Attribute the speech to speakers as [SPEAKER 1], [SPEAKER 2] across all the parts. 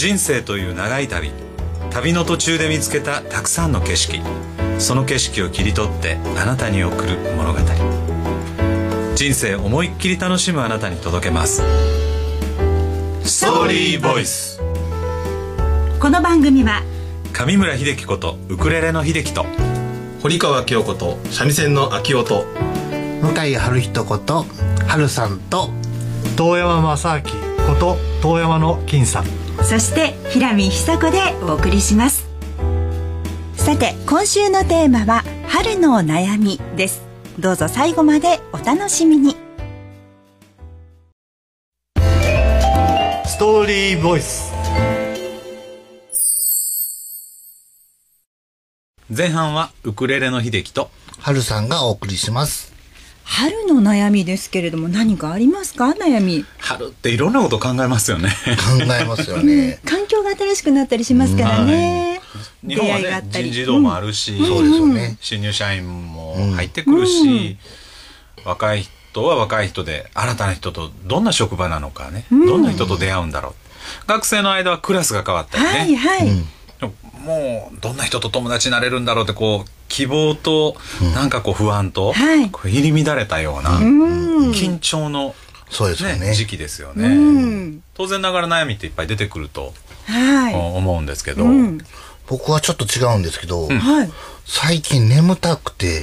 [SPEAKER 1] 人生という長い旅、旅の途中で見つけたたくさんの景色、その景色を切り取ってあなたに送る物語。人生思いっきり楽しむあなたに届けます。ストーリーボイス。
[SPEAKER 2] この番組は
[SPEAKER 1] 上村秀樹ことウクレレの秀樹と
[SPEAKER 3] 堀川清子と三味線の秋夫と
[SPEAKER 4] 向井春人こと春さんと
[SPEAKER 5] 遠山正明こと遠山の金さん、
[SPEAKER 2] そして平見久子でお送りします。さて、今週のテーマは春の悩みです。どうぞ最後までお楽しみに。
[SPEAKER 5] ストーリーボイス。
[SPEAKER 1] 前半はウクレレの秀樹と
[SPEAKER 4] 春さんがお送りします。
[SPEAKER 2] 春の悩みですけれども、何かありますか？悩み。
[SPEAKER 1] 春っていろんなこと考えますよね。
[SPEAKER 4] 考えますよね。
[SPEAKER 2] 環境が新しくなったりしますからね。
[SPEAKER 1] 日本はね、人事異動もあるし、
[SPEAKER 4] そうですよね。
[SPEAKER 1] 新入社員も入ってくるし、若い人は若い人で新たな人とどんな職場なのかね、どんな人と出会うんだろう。学生の間はクラスが変わったりね、
[SPEAKER 2] はいはい、
[SPEAKER 1] もうどんな人と友達になれるんだろうって、こう希望となんかこう不安と、こう入り乱れたような緊張の、
[SPEAKER 4] そうですよね、
[SPEAKER 1] 時期ですよね。当然ながら悩みっていっぱい出てくると思うんですけど、
[SPEAKER 4] 僕はちょっと違うんですけど、最近眠たくて、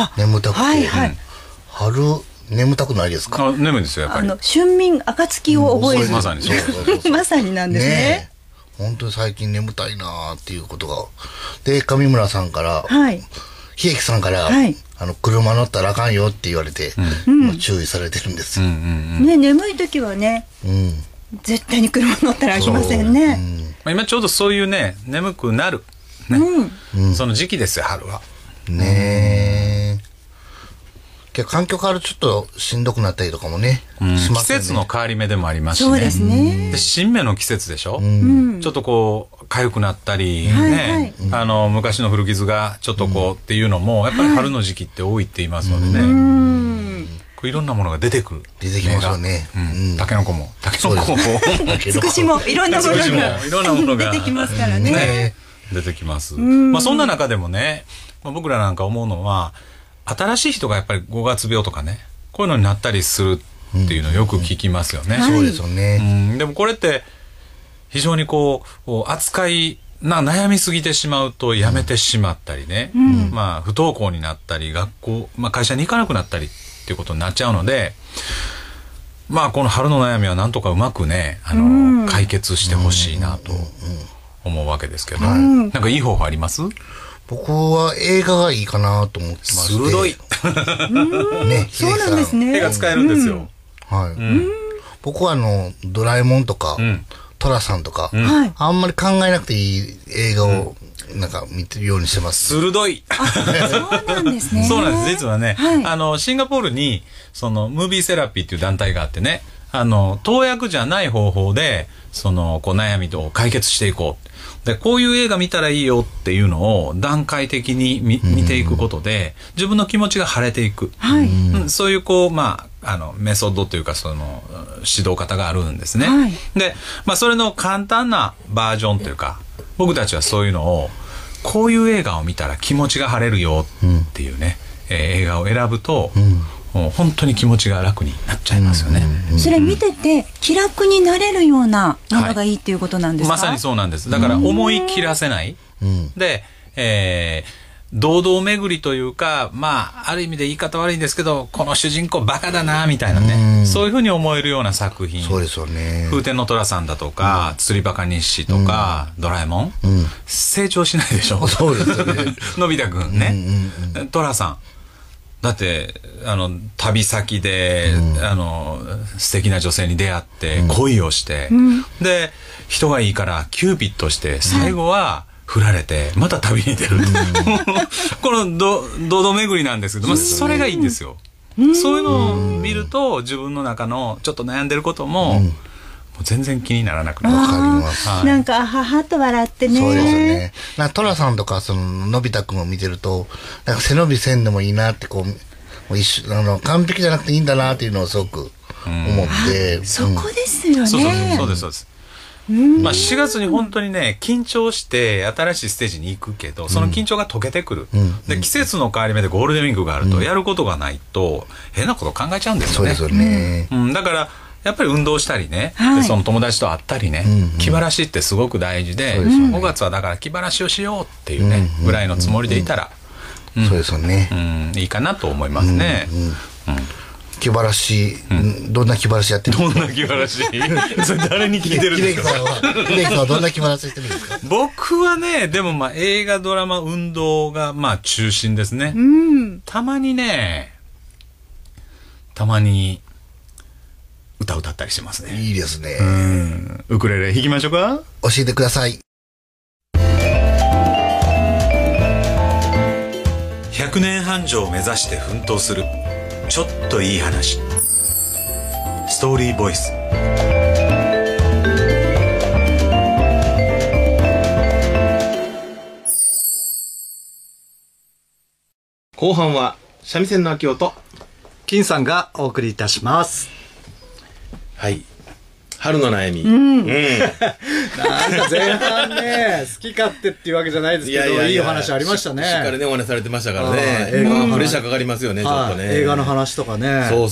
[SPEAKER 4] 春眠たくないですか？
[SPEAKER 1] 眠いですよ、やっぱり。
[SPEAKER 2] 春眠暁を覚える、
[SPEAKER 1] まさにそう
[SPEAKER 2] まさになんですね。
[SPEAKER 4] 本当に最近眠たいなーっていうことが。で、上村さんから、秀樹さんから、車乗ったらあかんよって言われて、注意されてるんですよ。
[SPEAKER 2] ね、眠い時はね、絶対に車乗ったらあきませんね。
[SPEAKER 1] 今ちょうどそういうね、眠くなる、その時期ですよ、春は。
[SPEAKER 4] ねえ。環境変わるとちょっとしんどくなったりとかもね、しますよね。
[SPEAKER 1] 季節の変わり目でもありますしね。
[SPEAKER 2] そうですね。
[SPEAKER 1] で、新芽の季節でしょ。ちょっとこう痒くなったりね、昔の古傷がちょっとこうっていうのもやっぱり春の時期って多いって言いますのでね。いろんなものが出てくる。
[SPEAKER 4] 出てきますよね。
[SPEAKER 1] タケノコも
[SPEAKER 2] つくしもいろんなものが出てきますからね。
[SPEAKER 1] 出てきます。まあそんな中でもね、僕らなんか思うのは、新しい人がやっぱり5月病とかね、こういうのになったりするっていうのをよく聞きますよね。
[SPEAKER 4] そうですよね。
[SPEAKER 1] でもこれって非常にこう扱い悩みすぎてしまうとやめてしまったりね、まあ不登校になったり学校、会社に行かなくなったりっていうことになっちゃうので、まあこの春の悩みはなんとかうまくね、解決してほしいなと思うわけですけど、なんかいい方法あります？
[SPEAKER 4] 僕は映画がいいかなと思ってまして。
[SPEAKER 1] 鋭い。
[SPEAKER 4] ね、
[SPEAKER 2] そうなんですね。
[SPEAKER 1] 映画使えるんですよ。
[SPEAKER 4] 僕はドラえもんとか、トラさんとか、あんまり考えなくていい映画をなんか見てるようにしてます。
[SPEAKER 1] 鋭い。
[SPEAKER 2] そうなんですね。
[SPEAKER 1] そうなんです。実はね、シンガポールにそのムービーセラピーっていう団体があってね、投薬じゃない方法でこう悩みを解決していこう。で、こういう映画見たらいいよっていうのを段階的に見ていくことで、自分の気持ちが晴れていく。そういうメソッドというか指導方があるんですね。で、それの簡単なバージョンというか、僕たちはそういうのを、こういう映画を見たら気持ちが晴れるよっていうね、映画を選ぶと、もう本当に気持ちが楽になっちゃいますよね。
[SPEAKER 2] それ見てて気楽になれるようなものがいいっていうことなんですか？
[SPEAKER 1] まさにそうなんです。だから思い切らせない。で、堂々巡りというか、ある意味で言い方悪いんですけど、この主人公バカだなみたいなね、そういうふうに思えるような作品。
[SPEAKER 4] そうですよね。
[SPEAKER 1] 風天の寅さんだとか、釣りバカ日誌とか、ドラえもん、成長しないでしょ。
[SPEAKER 4] そうですよね。
[SPEAKER 1] のび太くんね、寅さん。だって旅先で、素敵な女性に出会って恋をして、で人がいいからキューピッドして最後は振られてまた旅に出る、この堂々巡りなんですけど、それがいいんですよ。そういうのを見ると自分の中のちょっと悩んでることも、もう全然気にならなくなる。
[SPEAKER 4] わかります。
[SPEAKER 2] なんかははと笑ってね。
[SPEAKER 4] そうですよね。トラさんとかのび太くんを見てると、なんか背伸びせんでもいいなって完璧じゃなくていいんだなっていうのをすごく思って。
[SPEAKER 2] そこですよね。
[SPEAKER 1] そうです。 まあ4月に本当にね、緊張して新しいステージに行くけど、その緊張が解けてくる。で、季節の変わり目でゴールデンウィークがあると、やることがないと、変なこと考えちゃうんですよね。
[SPEAKER 4] そうですよね。
[SPEAKER 1] だから、やっぱり運動したりね、でその友達と会ったりね、気晴らしってすごく大事で、5月はだから気晴らしをしようっていうね、ぐらいのつもりでいたら、
[SPEAKER 4] そうですよね。
[SPEAKER 1] いいかなと思いますね。
[SPEAKER 4] 気晴らし、どんな気晴らしやってるんですか？
[SPEAKER 1] どんな気晴らしそれ誰に聞いてるんですか？
[SPEAKER 4] 秀樹さんはどんな気晴らししてるんですか？
[SPEAKER 1] 僕はね、でもまあ映画、ドラマ、運動がまあ中心ですね。たまにね、歌ったりしてますね。
[SPEAKER 4] いいですね。
[SPEAKER 1] ウクレレ弾きましょうか？
[SPEAKER 4] 教えてください。
[SPEAKER 1] 100年繁盛を目指して奮闘するちょっといい話、ストーリーボイス。
[SPEAKER 3] 後半は三味線の秋音。
[SPEAKER 5] 金さんがお送りいたします。
[SPEAKER 3] はい。春の悩み。
[SPEAKER 5] なんか前半ね、好き勝手っていうわけじゃないですけど、いいお話ありましたね。
[SPEAKER 3] しっかりね、お話されてましたからね。プレッシャーかかりますよね、ちょっとね。
[SPEAKER 5] 映画の話とかね。
[SPEAKER 3] そう。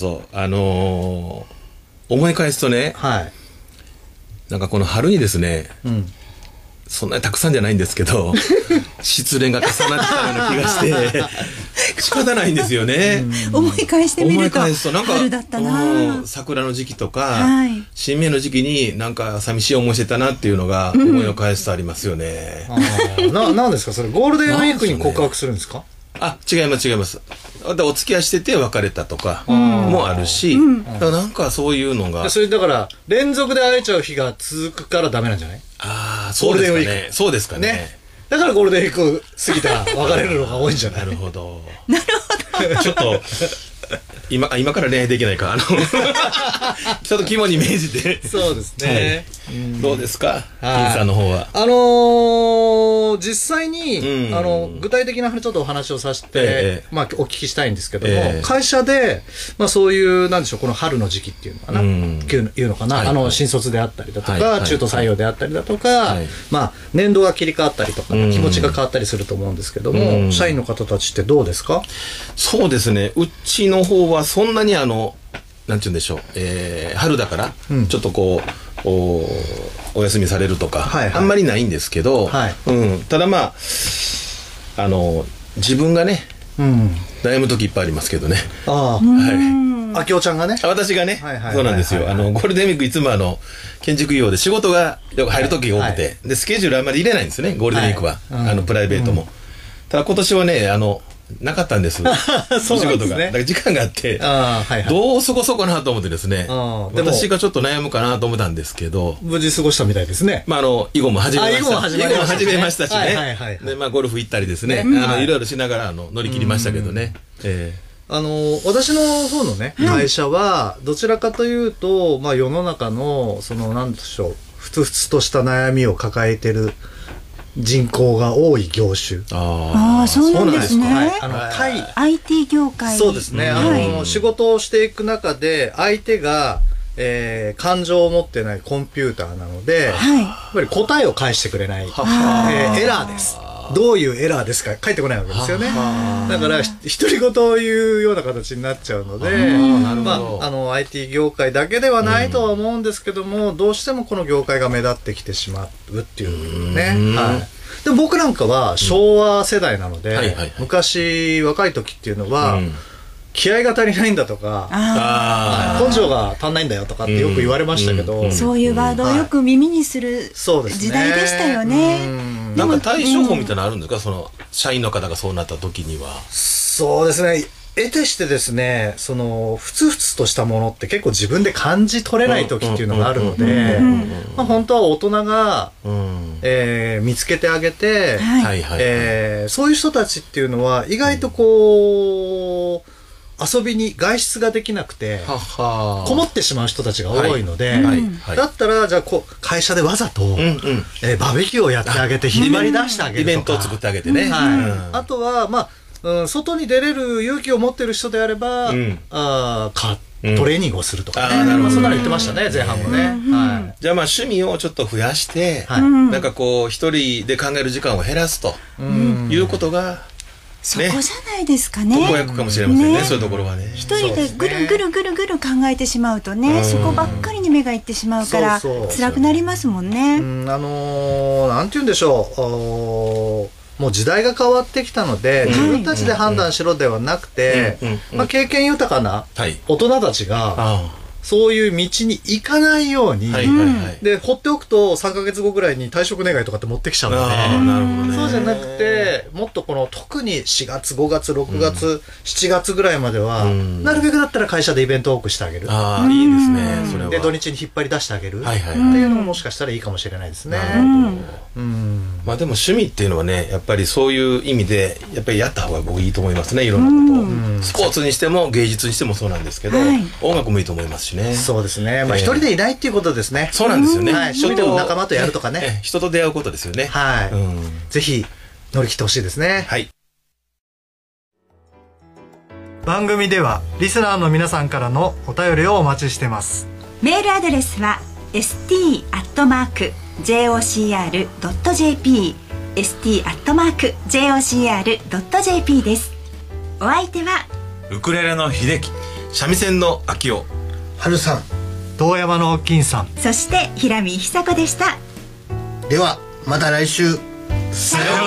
[SPEAKER 3] 思い返すとね、なんかこの春にですね、そんなにたくさんじゃないんですけど、失恋が重なってたような気がして仕方ないんですよね。
[SPEAKER 2] 思い返してみると
[SPEAKER 3] なんか
[SPEAKER 2] 春だったな。
[SPEAKER 3] 桜の時期とか、新芽の時期になんか寂しい思いしてたなっていうのが思いを返すとありますよね。
[SPEAKER 5] なんですかそれ？ゴールデンウィークに告白するんですか？
[SPEAKER 3] 違います。お付き合いしてて別れたとかもあるし、だからなんかそういうのが。
[SPEAKER 5] それだから連続で会えちゃう日が続くからダメなんじゃない？
[SPEAKER 3] そうですかね。そうですかね。
[SPEAKER 5] だからゴールデンウィーク過ぎたら別れるのが多いんじゃない？
[SPEAKER 3] なるほど。ちょっと今から恋愛できないか。ちょっと肝に銘じて。
[SPEAKER 5] そうですね。
[SPEAKER 3] どうですか、金さんの方は。
[SPEAKER 5] 実際に、具体的なちょっとお話をさせて、お聞きしたいんですけども、会社で、そういう、なんでしょう、この春の時期っていうのかな、いうのかな、新卒であったりだとか、中途採用であったりだとか、年度が切り替わったりとか、気持ちが変わったりすると思うんですけども、社員の方たちってどうですか？
[SPEAKER 3] そうですね、うちの方はそんなになんて言うんでしょう、春だから、ちょっとこう、お休みされるとか、あんまりないんですけど、ただ自分がね、悩む時いっぱいありますけどね。
[SPEAKER 5] あきおちゃんがね。
[SPEAKER 3] 私がね、そうなんですよ。ゴールデンウィークいつも建築業で仕事が入る時が多くて、で、スケジュールあんまり入れないんですよね、ゴールデンウィークは。プライベートも。ただ今年はね、なかったんです。お仕事が。だから時間があって、どう過ごそうかなと思ってですね、私がちょっと悩むかなと思ったんですけど、
[SPEAKER 5] 無事過ごしたみたいですね。
[SPEAKER 3] 囲碁も始めましたしね。で、ゴルフ行ったりですね、いろいろしながら乗り切りましたけどね。
[SPEAKER 5] 私の方のね、会社は、どちらかというと、世の中の、なんでしょう、ふつふつとした悩みを抱えてる人口が多い業種。
[SPEAKER 2] そうなんですね。
[SPEAKER 5] 対
[SPEAKER 2] IT 業界。
[SPEAKER 5] そうですね。仕事をしていく中で、相手が、感情を持ってないコンピューターなので、やっぱり答えを返してくれない、エラーです。どういうエラーですか？返ってこないわけですよね。だから、独り言を言うような形になっちゃうので、IT 業界だけではないとは思うんですけども、どうしてもこの業界が目立ってきてしまうっていうね。でも僕なんかは昭和世代なので、昔若い時っていうのは、気合が足りないんだとか、根性が足んないんだよとかってよく言われましたけど、
[SPEAKER 2] そういうワードをよく耳にする時代でしたよね。
[SPEAKER 3] なんか対処法みたいなのあるんですか？社員の方がそうなった時には。
[SPEAKER 5] そうですね。得てしてですね、ふつふつとしたものって結構自分で感じ取れない時っていうのがあるので、本当は大人が、見つけてあげて、そういう人たちっていうのは意外とこう、遊びに外出ができなくてこもってしまう人たちが多いので、だったらじゃあ会社でわざとバーベキューをやってあげて引っ張り出してあげるとか、
[SPEAKER 3] イベントを作ってあげてね。
[SPEAKER 5] あとは外に出れる勇気を持ってる人であれば、 トレーニングをするとかね、そんなの言ってましたね、前半もね。
[SPEAKER 3] じゃあまあ趣味をちょっと増やして、なんかこう一人で考える時間を減らすということが
[SPEAKER 2] そこじゃないですかね。
[SPEAKER 3] 特効薬かもしれませんね、そういうところはね。
[SPEAKER 2] 一人でぐるぐるぐるぐる考えてしまうとね、そこばっかりに目がいってしまうから辛くなりますもんね。
[SPEAKER 5] なんて言うんでしょう、もう時代が変わってきたので、自分たちで判断しろではなくて、経験豊かな大人たちがそういう道に行かないように、で放っておくと3ヶ月後ぐらいに退職願とかって持ってきちゃうので、そうじゃなくて、もっとこの特に4月5月6月7月ぐらいまではなるべくだったら会社でイベントを多くしてあげる。
[SPEAKER 3] いいですね、それは。
[SPEAKER 5] で土日に引っ張り出してあげるっていうのももしかしたらいいかもしれないですね。
[SPEAKER 3] まあでも趣味っていうのはね、やっぱりそういう意味でやっぱりやった方が僕いいと思いますね、いろんなことを。スポーツにしても芸術にしてもそうなんですけど、音楽もいいと思いますしね。
[SPEAKER 5] そうですね。まあ一人でいないっていうことですね。
[SPEAKER 3] そうなんですよね。
[SPEAKER 5] 趣味でも仲間とやるとかね。
[SPEAKER 3] 人と出会うことですよね。
[SPEAKER 5] ぜひ乗り切ってほしいですね。番組ではリスナーの皆さんからのお便りをお待ちしてます。
[SPEAKER 2] メールアドレスは st@jocr.jp st@jocr.jp です。お相手は
[SPEAKER 1] ウクレレの秀樹、
[SPEAKER 3] 三味線の秋夫、
[SPEAKER 4] 春さん、
[SPEAKER 5] 遠山の金さん、
[SPEAKER 2] そして平見久子でした。
[SPEAKER 4] ではまた来週。
[SPEAKER 1] さようなら。